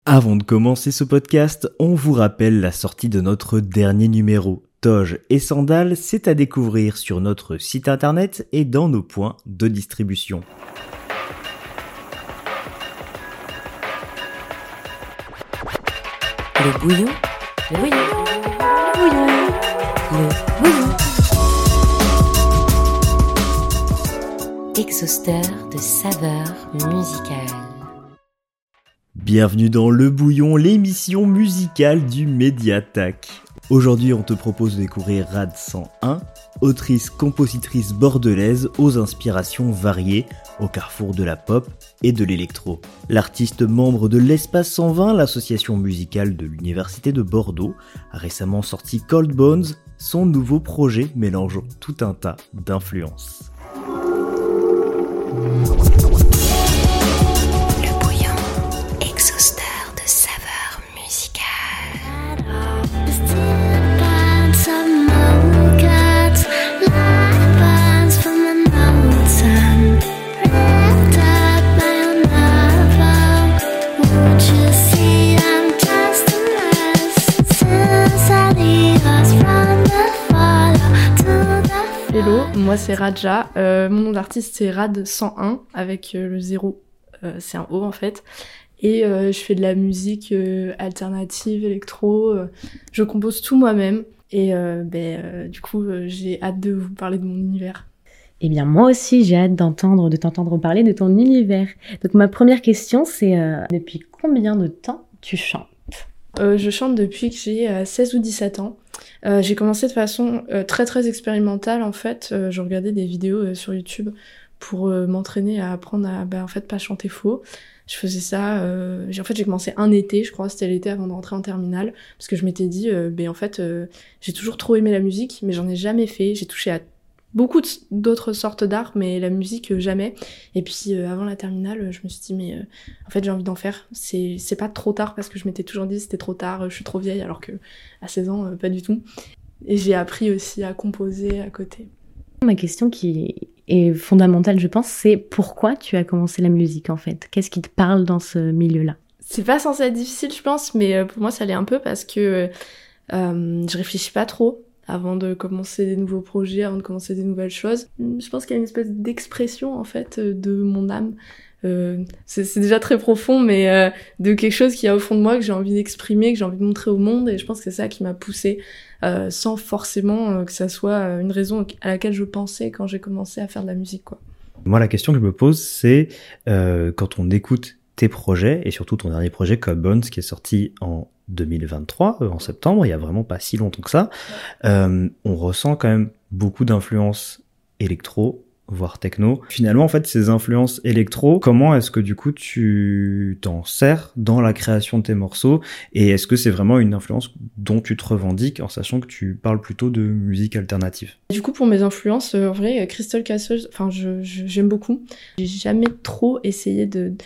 Avant de commencer ce podcast, on vous rappelle la sortie de notre dernier numéro. Toge et Sandales, c'est à découvrir sur notre site internet et dans nos points de distribution. Le bouillon, le bouillon, le bouillon, le bouillon. Exhausteur de saveurs musicales. Bienvenue dans Le Bouillon, l'émission musicale du Mediatac. Aujourd'hui, on te propose de découvrir Rad 101, autrice-compositrice bordelaise aux inspirations variées, au carrefour de la pop et de l'électro. L'artiste membre de l'Espace 120, l'association musicale de l'Université de Bordeaux, a récemment sorti Cold Bones, son nouveau projet mélangeant tout un tas d'influences. Hello, moi c'est Radja, mon nom d'artiste c'est Rad 101 avec le 0, c'est un O en fait, et je fais de la musique alternative, électro, je compose tout moi-même, et du coup j'ai hâte de vous parler de mon univers. Eh bien moi aussi j'ai hâte de t'entendre parler de ton univers. Donc ma première question c'est depuis combien de temps tu chantes ? Je chante depuis que j'ai 16 ou 17 ans. J'ai commencé de façon très très expérimentale en fait. Je regardais des vidéos sur YouTube pour m'entraîner à apprendre à pas chanter faux. Je faisais ça, j'ai commencé un été, je crois, c'était l'été avant de rentrer en terminale, parce que je m'étais dit, j'ai toujours trop aimé la musique, mais j'en ai jamais fait. J'ai touché à beaucoup d'autres sortes d'art, mais la musique jamais. Et puis avant la terminale, je me suis dit mais en fait j'ai envie d'en faire. C'est pas trop tard, parce que je m'étais toujours dit c'était trop tard, je suis trop vieille, alors que à 16 ans pas du tout. Et j'ai appris aussi à composer à côté. Ma question qui est fondamentale, je pense, c'est pourquoi tu as commencé la musique en fait ? Qu'est-ce qui te parle dans ce milieu-là ? C'est pas censé être difficile, je pense, mais pour moi ça l'est un peu, parce que je réfléchis pas trop avant de commencer des nouveaux projets, avant de commencer des nouvelles choses. Je pense qu'il y a une espèce d'expression, en fait, de mon âme. C'est déjà très profond, mais de quelque chose qui est au fond de moi, que j'ai envie d'exprimer, que j'ai envie de montrer au monde, et je pense que c'est ça qui m'a poussée, sans forcément que ça soit une raison à laquelle je pensais quand j'ai commencé à faire de la musique, quoi. Moi, la question que je me pose, c'est quand on écoute tes projets, et surtout ton dernier projet, Cold Bones, qui est sorti en 2023, en septembre, il y a vraiment pas si longtemps que ça, on ressent quand même beaucoup d'influences électro, voire techno. Finalement, en fait, ces influences électro, comment est-ce que du coup tu t'en sers dans la création de tes morceaux, et est-ce que c'est vraiment une influence dont tu te revendiques en sachant que tu parles plutôt de musique alternative ? Du coup, pour mes influences, en vrai, Crystal Castles, j'aime beaucoup. J'ai jamais trop essayé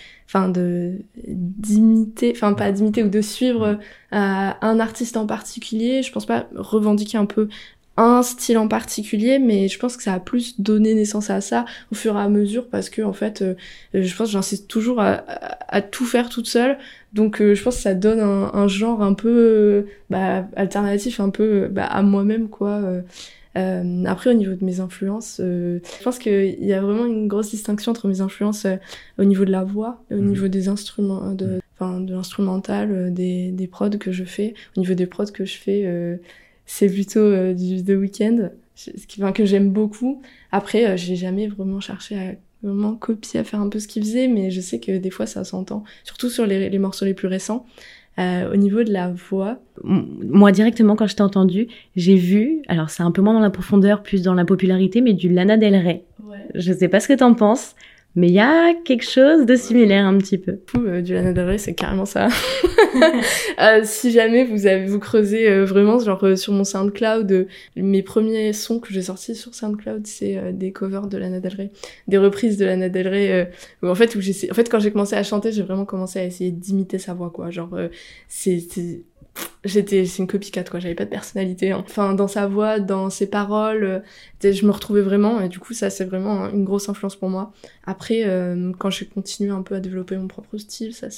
d'imiter, pas d'imiter ou de suivre un artiste en particulier. Je pense pas revendiquer un peu un style en particulier, mais je pense que ça a plus donné naissance à ça au fur et à mesure, parce que en fait je pense que j'insiste toujours à tout faire toute seule, donc je pense que ça donne un genre un peu alternatif, un peu à moi-même, quoi. Après, au niveau de mes influences, je pense qu'il y a vraiment une grosse distinction entre mes influences au niveau de la voix, au niveau des instruments, de l'instrumental, des prods que je fais. Au niveau des prods que je fais, c'est plutôt du The Weeknd, que j'aime beaucoup. Après, j'ai jamais vraiment cherché à vraiment copier, à faire un peu ce qu'il faisait, mais je sais que des fois ça s'entend, surtout sur les morceaux les plus récents. Au niveau de la voix, moi directement quand je t'ai entendu, j'ai vu, alors c'est un peu moins dans la profondeur, plus dans la popularité, mais du Lana Del Rey. Ouais. Je sais pas ce que t'en penses, mais il y a quelque chose de similaire un petit peu. Du Lana Del Rey, c'est carrément ça. Si jamais vous creusez vraiment, genre sur mon SoundCloud, mes premiers sons que j'ai sortis sur SoundCloud, c'est des covers de Lana Del Rey, des reprises de Lana Del Rey, où quand j'ai commencé à chanter, j'ai vraiment commencé à essayer d'imiter sa voix, quoi. Genre c'est une copycat, quoi, j'avais pas de personnalité, hein. Enfin, dans sa voix, dans ses paroles, je me retrouvais vraiment, et du coup ça c'est vraiment une grosse influence pour moi. Après, quand j'ai continué un peu à développer mon propre style, ça s'est un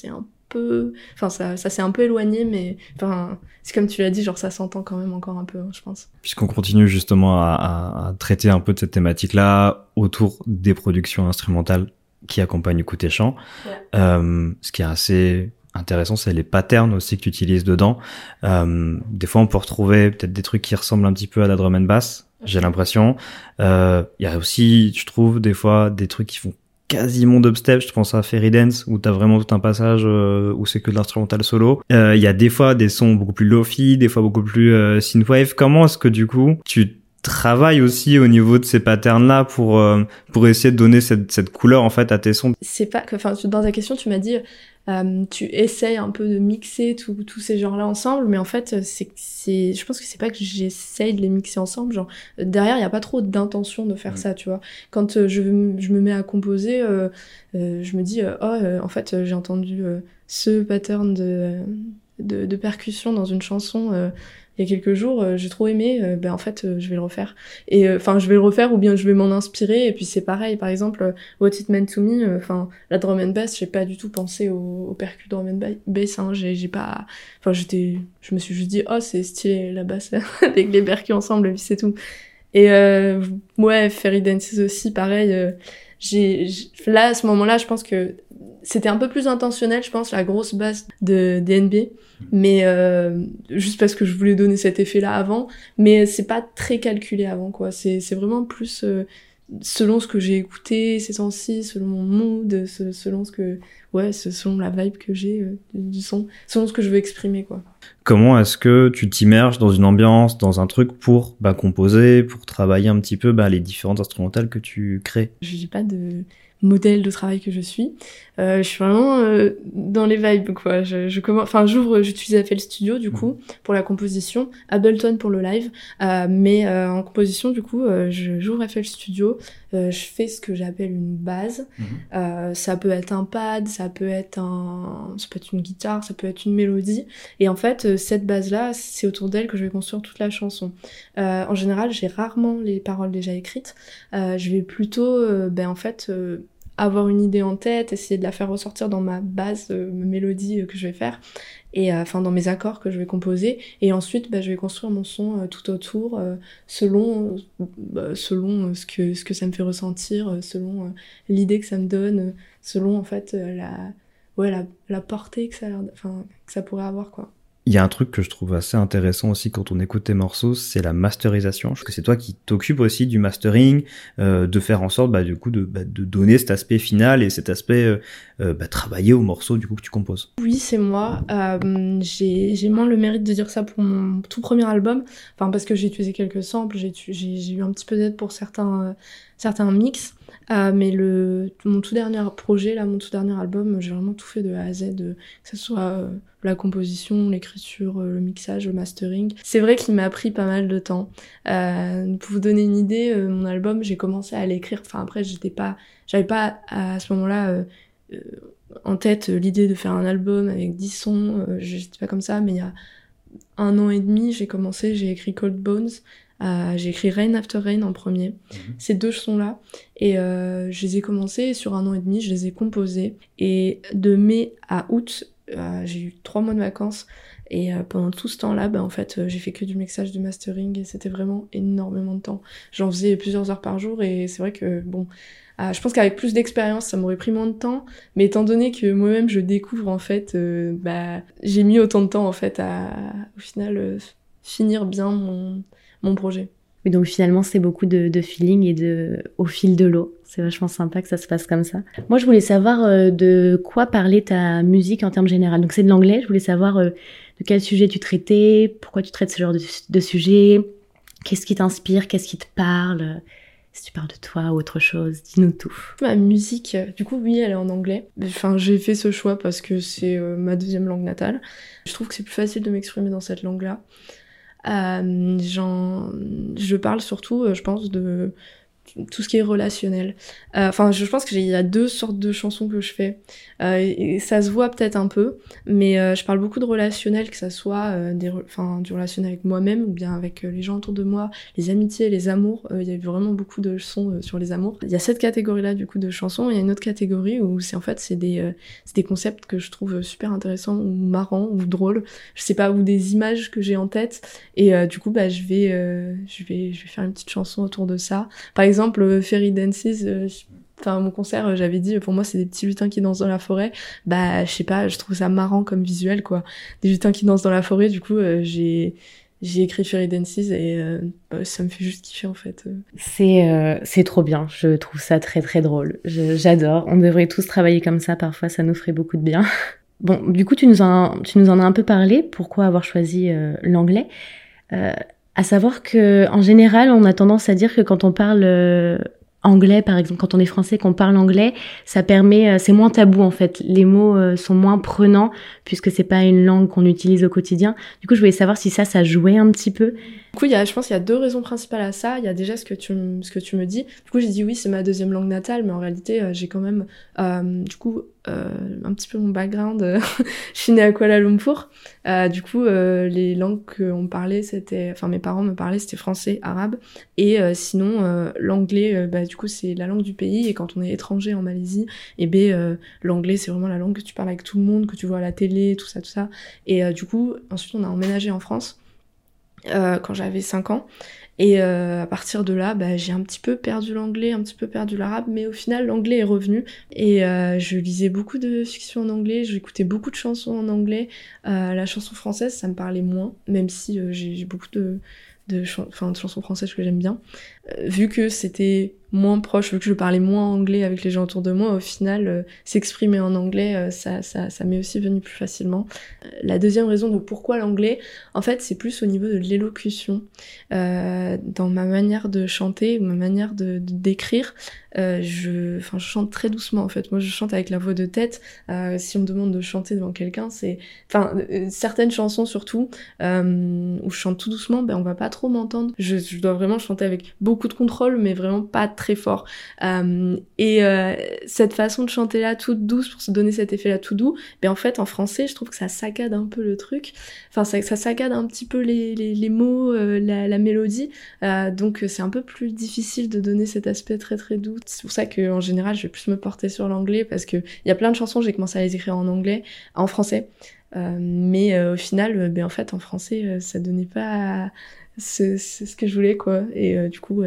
peu... Enfin, ça s'est un peu éloigné, mais enfin, c'est comme tu l'as dit, genre ça s'entend quand même encore un peu, je pense. Puisqu'on continue justement à traiter un peu de cette thématique-là autour des productions instrumentales qui accompagnent Écoute & Chant, ce qui est assez intéressant, c'est les patterns aussi que tu utilises dedans. Des fois, on peut retrouver peut-être des trucs qui ressemblent un petit peu à la drum and bass, j'ai l'impression. Il y a aussi, je trouve, des fois, des trucs qui font quasiment dubstep. Je pense à Fairy Dance, où t'as vraiment tout un passage où c'est que de l'instrumental solo. Il y a des fois des sons beaucoup plus lo-fi, des fois beaucoup plus synthwave. Comment est-ce que du coup, tu travailles aussi au niveau de ces patterns-là pour essayer de donner cette couleur en fait à tes sons? C'est pas que, enfin, dans ta question, tu m'as dit, tu essayes un peu de mixer tous ces genres-là ensemble, mais en fait, je pense que c'est pas que j'essaye de les mixer ensemble. Genre, derrière, il y a pas trop d'intention de faire ça, tu vois. Quand je me mets à composer, je me dis, en fait, j'ai entendu ce pattern de percussion dans une chanson il y a quelques jours, j'ai trop aimé, en fait, je vais le refaire. Et enfin, je vais le refaire ou bien je vais m'en inspirer. Et puis c'est pareil, par exemple, What It Meant to Me, enfin, la drum and bass, j'ai pas du tout pensé au percu drum and bass. Hein, j'ai pas, enfin, je me suis juste dit, oh, c'est stylé la basse avec les percus ensemble, et puis c'est tout. Et ouais, Fairy Dance aussi, pareil. Là, à ce moment-là, je pense que c'était un peu plus intentionnel, je pense, la grosse basse de DNB, mais juste parce que je voulais donner cet effet-là avant, mais c'est pas très calculé avant, quoi. C'est vraiment plus selon ce que j'ai écouté ces temps-ci, selon mon mood, selon selon la vibe que j'ai du son, selon ce que je veux exprimer, quoi. Comment est-ce que tu t'immerges dans une ambiance, dans un truc pour composer, pour travailler un petit peu les différentes instrumentales que tu crées? Je dis pas de modèle de travail que je suis. Je suis vraiment dans les vibes, quoi. J'utilise FL Studio, du coup, pour la composition, Ableton pour le live, mais en composition, du coup, j'ouvre FL Studio, je fais ce que j'appelle une base. Ça peut être un pad, ça peut être une guitare, ça peut être une mélodie, et en fait, cette base-là, c'est autour d'elle que je vais construire toute la chanson. En général, j'ai rarement les paroles déjà écrites. Je vais plutôt, avoir une idée en tête, essayer de la faire ressortir dans ma base, ma mélodie que je vais faire, et dans mes accords que je vais composer, et ensuite je vais construire mon son tout autour, selon ce que ça me fait ressentir, selon l'idée que ça me donne, selon en fait la portée que ça pourrait avoir, quoi. Il y a un truc que je trouve assez intéressant aussi quand on écoute tes morceaux, c'est la masterisation. Je trouve que c'est toi qui t'occupes aussi du mastering, de faire en sorte du coup de donner cet aspect final et cet aspect travailler au morceau du coup que tu composes. Oui, c'est moi. J'ai moins le mérite de dire ça pour mon tout premier album, parce que j'ai utilisé quelques samples, j'ai eu un petit peu d'aide pour certains mix, mais mon tout dernier projet, là, mon tout dernier album, j'ai vraiment tout fait de A à Z, que ce soit la composition, l'écriture, le mixage, le mastering. C'est vrai qu'il m'a pris pas mal de temps. Pour vous donner une idée, mon album, j'ai commencé à l'écrire, après j'avais pas à ce moment-là en tête l'idée de faire un album avec 10 sons, j'étais pas comme ça, mais il y a 1 an et demi, j'ai écrit Cold Bones, j'ai écrit Rain After Rain en premier, ces 2 sons-là, et je les ai commencés, et sur 1 an et demi, je les ai composés, et de mai à août, j'ai eu 3 mois de vacances, et pendant tout ce temps-là, en fait, j'ai fait que du mixage, du mastering, et c'était vraiment énormément de temps. J'en faisais plusieurs heures par jour, et c'est vrai que, je pense qu'avec plus d'expérience, ça m'aurait pris moins de temps, mais étant donné que moi-même je découvre, en fait, j'ai mis autant de temps, en fait, à, au final, finir bien mon projet. Oui, donc finalement, c'est beaucoup de feeling et au fil de l'eau. C'est vachement sympa que ça se passe comme ça. Moi, je voulais savoir de quoi parlait ta musique en termes généraux. Donc, c'est de l'anglais. Je voulais savoir de quel sujet tu traitais, pourquoi tu traites ce genre de sujet, qu'est-ce qui t'inspire, qu'est-ce qui te parle, si tu parles de toi ou autre chose, dis-nous tout. Ma musique, du coup, oui, elle est en anglais. J'ai fait ce choix parce que c'est ma 2e langue natale. Je trouve que c'est plus facile de m'exprimer dans cette langue-là. Je parle surtout, je pense, de tout ce qui est relationnel. Enfin, je pense qu'il y a 2 sortes de chansons que je fais. Et ça se voit peut-être un peu, mais je parle beaucoup de relationnel, que ça soit du relationnel avec moi-même ou bien avec les gens autour de moi, les amitiés, les amours. Il y a vraiment beaucoup de sons sur les amours. Il y a cette catégorie-là du coup de chansons. Il y a une autre catégorie où c'est des concepts que je trouve super intéressants ou marrants ou drôles. Je sais pas, ou des images que j'ai en tête. Et du coup, je vais faire une petite chanson autour de ça. Par exemple, Fairy Dances, mon concert, j'avais dit, pour moi, c'est des petits lutins qui dansent dans la forêt. Je sais pas, je trouve ça marrant comme visuel, quoi. Des lutins qui dansent dans la forêt, du coup, j'ai écrit Fairy Dances et ça me fait juste kiffer, en fait. C'est trop bien, je trouve ça très très drôle. J'adore, on devrait tous travailler comme ça, parfois ça nous ferait beaucoup de bien. Bon, du coup, tu nous en as un peu parlé, pourquoi avoir choisi l'anglais. À savoir que en général, on a tendance à dire que quand on parle anglais, par exemple, quand on est français, qu'on parle anglais, ça permet, c'est moins tabou en fait. Les mots sont moins prenants puisque c'est pas une langue qu'on utilise au quotidien. Du coup, je voulais savoir si ça jouait un petit peu. Du coup, je pense qu'il y a 2 raisons principales à ça. Il y a déjà ce que tu me dis. Du coup, j'ai dit oui, c'est ma 2e langue natale, mais en réalité, j'ai quand même, un petit peu mon background. Je suis née à Kuala Lumpur. Du coup, les langues qu'on me parlait, mes parents me parlaient, c'était français, arabe. Et sinon, l'anglais, du coup, c'est la langue du pays. Et quand on est étranger en Malaisie, l'anglais, c'est vraiment la langue que tu parles avec tout le monde, que tu vois à la télé, tout ça. Et du coup, ensuite, on a emménagé en France. Quand j'avais 5 ans. Et à partir de là, j'ai un petit peu perdu l'anglais, un petit peu perdu l'arabe, mais au final, l'anglais est revenu. Et je lisais beaucoup de fiction en anglais, j'écoutais beaucoup de chansons en anglais. La chanson française, ça me parlait moins, même si j'ai beaucoup de chansons françaises que j'aime bien. Vu que c'était moins proche, vu que je parlais moins anglais avec les gens autour de moi, au final, s'exprimer en anglais, ça m'est aussi venu plus facilement. La 2e raison de pourquoi l'anglais, en fait, c'est plus au niveau de l'élocution. Dans ma manière de chanter, ou ma manière de d'écrire, je chante très doucement, en fait. Moi, je chante avec la voix de tête. Si on me demande de chanter devant quelqu'un, certaines chansons surtout, où je chante tout doucement, on va pas trop m'entendre. Je dois vraiment chanter avec beaucoup de contrôle, mais vraiment pas très fort. Cette façon de chanter là toute douce pour se donner cet effet là tout doux, en fait en français je trouve que ça saccade un peu le truc. Ça saccade un petit peu les mots, la mélodie. Donc c'est un peu plus difficile de donner cet aspect très très doux. C'est pour ça que en général je vais plus me porter sur l'anglais, parce que il y a plein de chansons j'ai commencé à les écrire en français. Mais au final, en fait en français ça donnait pas c'est ce que je voulais, quoi. Et du coup,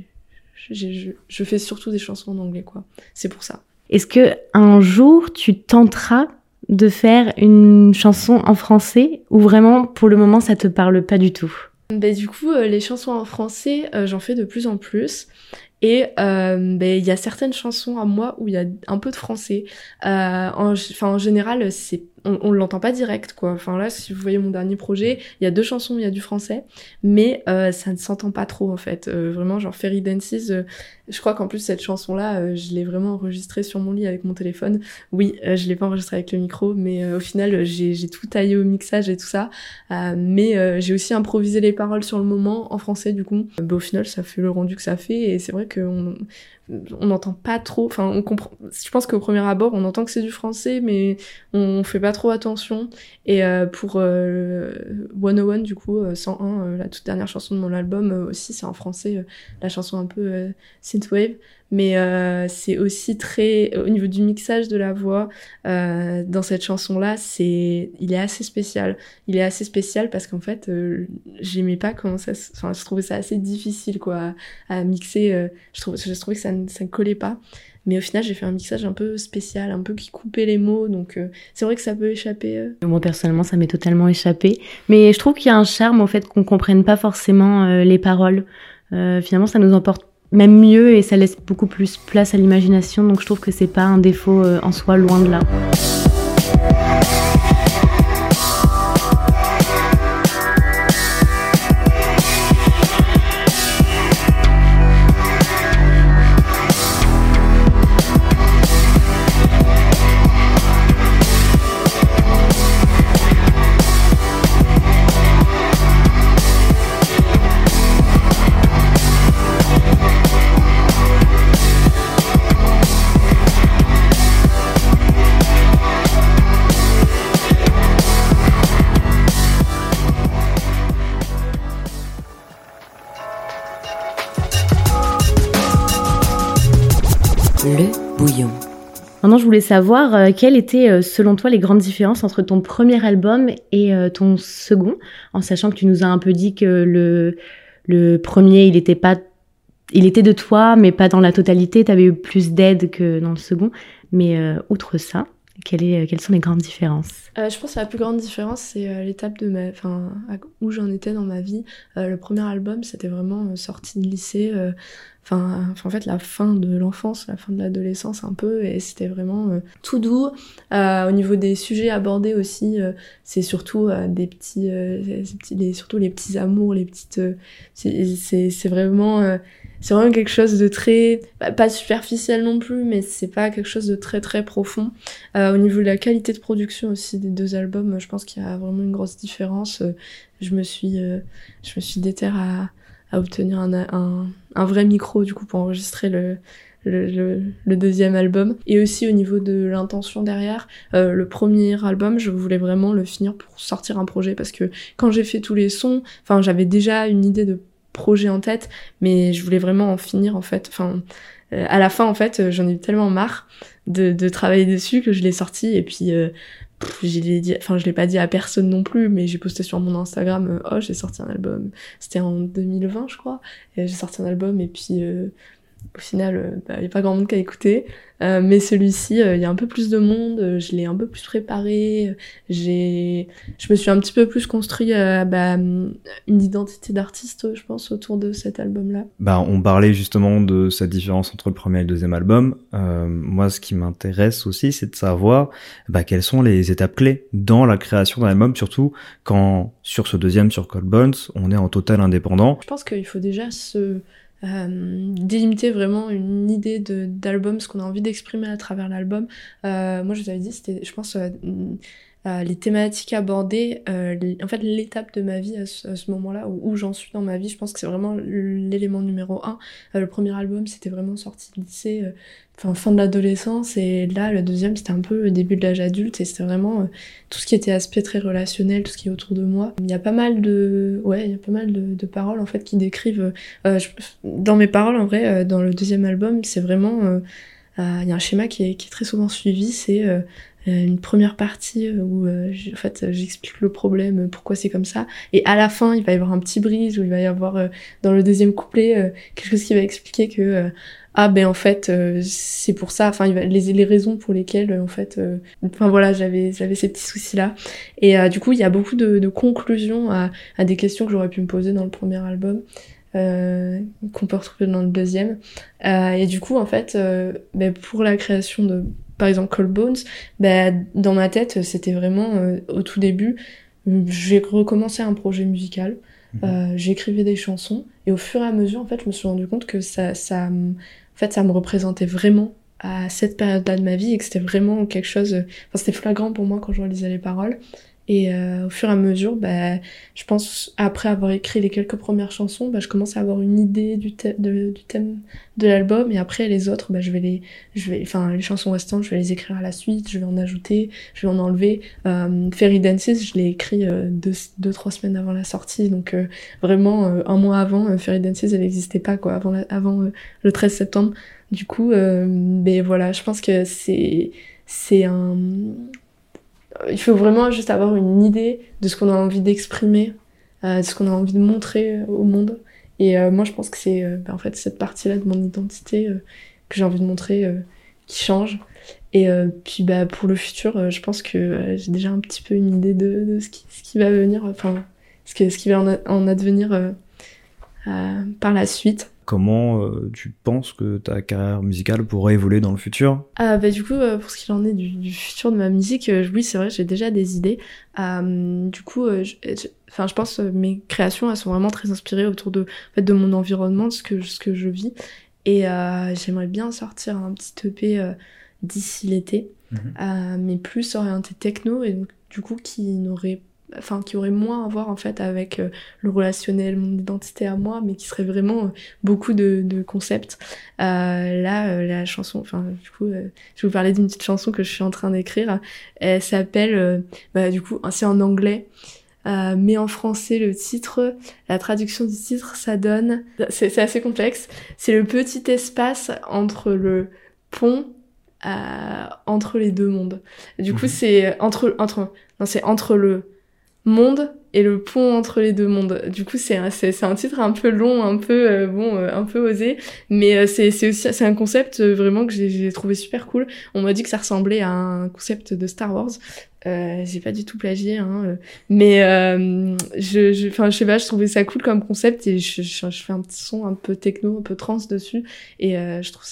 je fais surtout des chansons en anglais, quoi. C'est pour ça. Est-ce que un jour, tu tenteras de faire une chanson en français, ou vraiment, pour le moment, ça te parle pas du tout? Du coup, les chansons en français, j'en fais de plus en plus. Et il y a certaines chansons à moi où il y a un peu de français. En général, on l'entend pas direct, quoi. Enfin là, si vous voyez mon dernier projet, il y a 2 chansons où il y a du français, mais ça ne s'entend pas trop, en fait. Vraiment, genre Fairy Dances, je crois qu'en plus cette chanson-là, je l'ai vraiment enregistrée sur mon lit avec mon téléphone. Oui, je l'ai pas enregistrée avec le micro, mais au final, j'ai tout taillé au mixage et tout ça. Mais j'ai aussi improvisé les paroles sur le moment en français, du coup. Au final, ça fait le rendu que ça fait, et c'est vrai qu'on n'entend pas trop, on comprend. Je pense qu'au premier abord on entend que c'est du français, mais on fait pas trop attention. Et pour 101, du coup 101, la toute dernière chanson de mon album, aussi c'est en français, la chanson un peu synthwave, mais c'est aussi très, au niveau du mixage de la voix, dans cette chanson là, il est assez spécial parce qu'en fait j'aimais pas comment je trouvais ça assez difficile, quoi, à mixer. Je trouvais que ça ne collait pas, mais au final j'ai fait un mixage un peu spécial, un peu qui coupait les mots, donc c'est vrai que ça peut échapper. Moi personnellement ça m'est totalement échappé, mais je trouve qu'il y a un charme au fait qu'on comprenne pas forcément les paroles. Finalement ça nous emporte même mieux et ça laisse beaucoup plus place à l'imagination, donc je trouve que c'est pas un défaut en soi, loin de là. Maintenant, je voulais savoir quelles étaient, selon toi, les grandes différences entre ton premier album et ton second, en sachant que tu nous as un peu dit que le premier, il était de toi, mais pas dans la totalité. Tu avais eu plus d'aide que dans le second. Mais outre ça, quelles sont les grandes différences? Je pense que la plus grande différence, c'est l'étape où j'en étais dans ma vie. Le premier album, c'était vraiment sortie de lycée. En fait, la fin de l'enfance, la fin de l'adolescence un peu, et c'était vraiment tout doux. Au niveau des sujets abordés aussi, c'est surtout surtout les petits amours, les petites. C'est vraiment quelque chose de très, pas superficiel non plus, mais c'est pas quelque chose de très très profond. Au niveau de la qualité de production aussi des deux albums, je pense qu'il y a vraiment une grosse différence. Je me suis déterre à obtenir un vrai micro du coup pour enregistrer le deuxième album. Et aussi au niveau de l'intention derrière, le premier album, je voulais vraiment le finir pour sortir un projet, parce que quand j'ai fait tous les sons, j'avais déjà une idée de projet en tête, mais je voulais vraiment en finir en fait. À la fin en fait, j'en ai eu tellement marre de travailler dessus que je l'ai sorti, et puis je l'ai pas dit à personne non plus, mais j'ai posté sur mon Instagram, j'ai sorti un album. C'était en 2020 je crois, et j'ai sorti un album, et puis au final, y a pas grand monde qui a écouté. Mais celui-ci, il y a un peu plus de monde, je l'ai un peu plus préparé, je me suis un petit peu plus construit une identité d'artiste, je pense, autour de cet album-là. On parlait justement de cette différence entre le premier et le deuxième album. Moi, ce qui m'intéresse aussi, c'est de savoir quelles sont les étapes clés dans la création d'un album, surtout quand, sur ce deuxième, sur Cold Bones, on est en total indépendant. Je pense qu'il faut déjà délimiter vraiment une idée d'album, ce qu'on a envie d'exprimer à travers l'album. Moi je vous avais dit, c'était, je pense, les thématiques abordées, en fait l'étape de ma vie à ce moment-là, où j'en suis dans ma vie. Je pense que c'est vraiment l'élément numéro 1. Le premier album, c'était vraiment sorti de lycée, fin de l'adolescence, et là le deuxième, c'était un peu le début de l'âge adulte, et c'était vraiment tout ce qui était aspect très relationnel, tout ce qui est autour de moi. Il y a pas mal de paroles en fait qui décrivent dans mes paroles en vrai, dans le deuxième album, c'est vraiment il y a un schéma qui est très souvent suivi. C'est une première partie où j'explique le problème, pourquoi c'est comme ça, et à la fin il va y avoir un petit bridge où il va y avoir dans le deuxième couplet quelque chose qui va expliquer que en fait c'est pour ça, les raisons pour lesquelles j'avais ces petits soucis là, et du coup il y a beaucoup de conclusions à des questions que j'aurais pu me poser dans le premier album, qu'on peut retrouver dans le deuxième, et du coup en fait pour la création de par exemple Cold Bones, dans ma tête c'était vraiment au tout début, j'ai recommencé un projet musical, j'écrivais des chansons, et au fur et à mesure en fait je me suis rendu compte que ça me représentait vraiment à cette période-là de ma vie, et que c'était vraiment quelque chose, c'était flagrant pour moi quand je relisais les paroles. Et au fur et à mesure, je pense, après avoir écrit les quelques premières chansons, je commence à avoir une idée du thème de l'album, et après les autres, les chansons restantes, je vais les écrire à la suite, je vais en ajouter, je vais en enlever. Fairy Dances, je l'ai écrit 2-3 semaines avant la sortie, donc vraiment un mois avant. Fairy Dances, elle n'existait pas quoi, avant le 13 septembre. Du coup, je pense que c'est un... Il faut vraiment juste avoir une idée de ce qu'on a envie d'exprimer, de ce qu'on a envie de montrer au monde. Et moi, je pense que c'est en fait cette partie-là de mon identité que j'ai envie de montrer, qui change. Et puis pour le futur, je pense que j'ai déjà un petit peu une idée de ce qui va venir, ce qui va en advenir par la suite. Comment tu penses que ta carrière musicale pourrait évoluer dans le futur ? Du coup, pour ce qu'il en est du futur de ma musique, oui, c'est vrai, j'ai déjà des idées. Du coup, je pense que mes créations, elles sont vraiment très inspirées autour de mon environnement, de ce que je vis. Et j'aimerais bien sortir un petit EP d'ici l'été, mais plus orienté techno, et donc du coup qui aurait moins à voir en fait avec le relationnel, mon identité à moi, mais qui serait vraiment beaucoup de concepts. La chanson, du coup, je vais vous parler d'une petite chanson que je suis en train d'écrire. Elle s'appelle, du coup, c'est en anglais, mais en français le titre, la traduction du titre, ça donne, c'est assez complexe. C'est le petit espace entre le pont entre les deux mondes. Du coup, c'est entre le monde et le pont entre les deux mondes. Du coup, c'est un titre un peu long, un peu un peu osé, mais c'est un concept vraiment que j'ai trouvé super cool. On m'a dit que ça ressemblait à un concept de Star Wars. J'ai pas du tout plagié, mais je sais pas, je trouvais ça cool comme concept et je fais un petit son un peu techno, un peu trance dessus et je trouve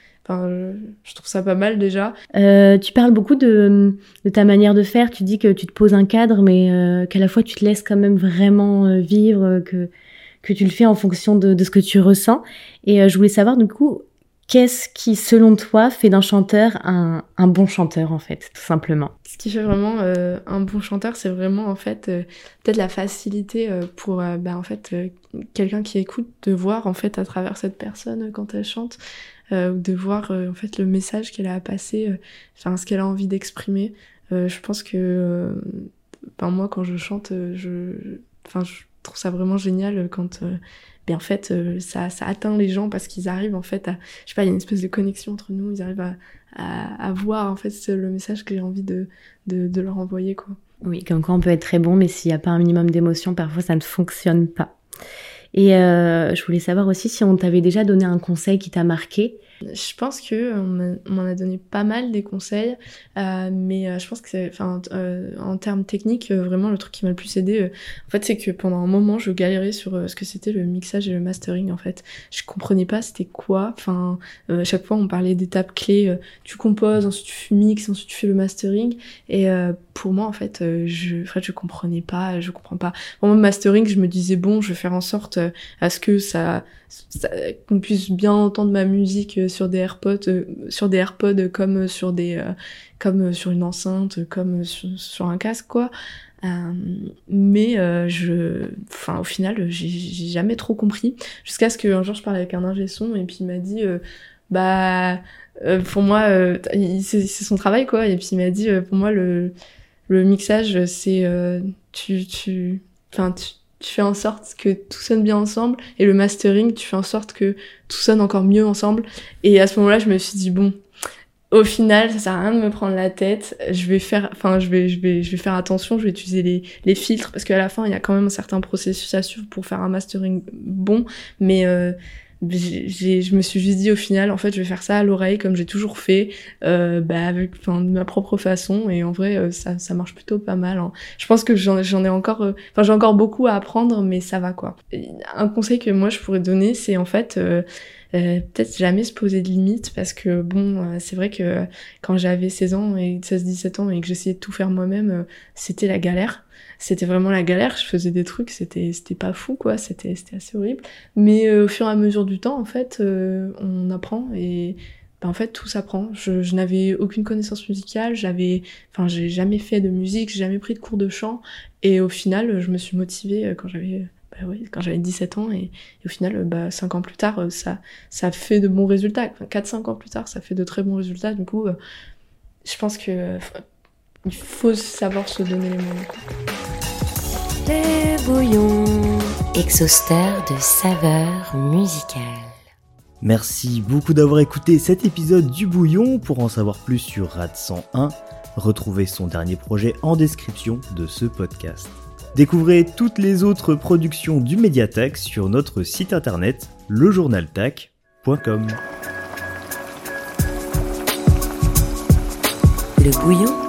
ça pas mal déjà. Tu parles beaucoup de ta manière de faire. Tu dis que tu te poses un cadre, mais qu'à la fois tu te laisses quand même vraiment vivre, que tu le fais en fonction de ce que tu ressens. Et je voulais savoir du coup, qu'est-ce qui, selon toi, fait d'un chanteur un bon chanteur, en fait, tout simplement? Ce qui fait vraiment un bon chanteur, c'est vraiment, en fait, peut-être la facilité pour, quelqu'un qui écoute, de voir, en fait, à travers cette personne quand elle chante, ou de voir, en fait, le message qu'elle a à passer, ce qu'elle a envie d'exprimer. Je pense que, moi, quand je chante, je trouve ça vraiment génial quand... en fait, ça atteint les gens parce qu'ils arrivent en fait à, je sais pas, il y a une espèce de connexion entre nous, ils arrivent à voir en fait le message que j'ai envie de leur envoyer, quoi. Oui, comme quoi on peut être très bon, mais s'il n'y a pas un minimum d'émotion, parfois ça ne fonctionne pas. Et je voulais savoir aussi si on t'avait déjà donné un conseil qui t'a marqué. Je pense que on m'en a donné pas mal des conseils, mais je pense que c'est, en termes techniques, vraiment le truc qui m'a le plus aidé, en fait, c'est que pendant un moment, je galérais sur ce que c'était le mixage et le mastering. En fait, je comprenais pas c'était quoi. À chaque fois, on parlait d'étapes clés. Tu composes, ensuite tu mixes, ensuite tu fais le mastering. Et pour moi, en fait, je comprenais pas. Je comprends pas. Pour moi, mastering, je me disais bon, je vais faire en sorte à ce que qu'on puisse bien entendre ma musique sur des AirPods comme sur une enceinte, comme sur un casque, quoi. Mais au final, j'ai jamais trop compris, jusqu'à ce qu'un jour je parlais avec un ingé son et puis il m'a dit pour moi c'est son travail, quoi. Et puis il m'a dit pour moi le mixage c'est tu fais en sorte que tout sonne bien ensemble, et le mastering, tu fais en sorte que tout sonne encore mieux ensemble. Et à ce moment-là, je me suis dit bon, au final, ça sert à rien de me prendre la tête. Je vais faire attention. Je vais utiliser les filtres, parce qu'à la fin, il y a quand même un certain processus à suivre pour faire un mastering bon. Mais je me suis juste dit au final, en fait, je vais faire ça à l'oreille comme j'ai toujours fait, avec de ma propre façon, et en vrai ça marche plutôt pas mal, hein. Je pense que j'en ai encore j'ai encore beaucoup à apprendre, mais ça va, quoi. Et un conseil que moi je pourrais donner, c'est en fait peut-être jamais se poser de limites, parce que c'est vrai que quand j'avais 16-17 ans et que j'essayais de tout faire moi-même, c'était la galère. C'était vraiment la galère, je faisais des trucs, c'était pas fou, quoi, c'était assez horrible. Mais au fur et à mesure du temps, en fait, on apprend, et en fait, tout s'apprend. Je n'avais aucune connaissance musicale, j'ai jamais fait de musique, j'ai jamais pris de cours de chant, et au final, je me suis motivée quand j'avais 17 ans, et au final, 5 ans plus tard, ça fait de bons résultats. 4-5 ans plus tard, ça fait de très bons résultats. Du coup, je pense que il faut savoir se donner les moyens. Les bouillons, exhausteur de saveurs musicales. Merci beaucoup d'avoir écouté cet épisode du Bouillon. Pour en savoir plus sur Rad 101, retrouvez son dernier projet en description de ce podcast. Découvrez toutes les autres productions du Médiatac sur notre site internet lejournaltac.com. Le Bouillon.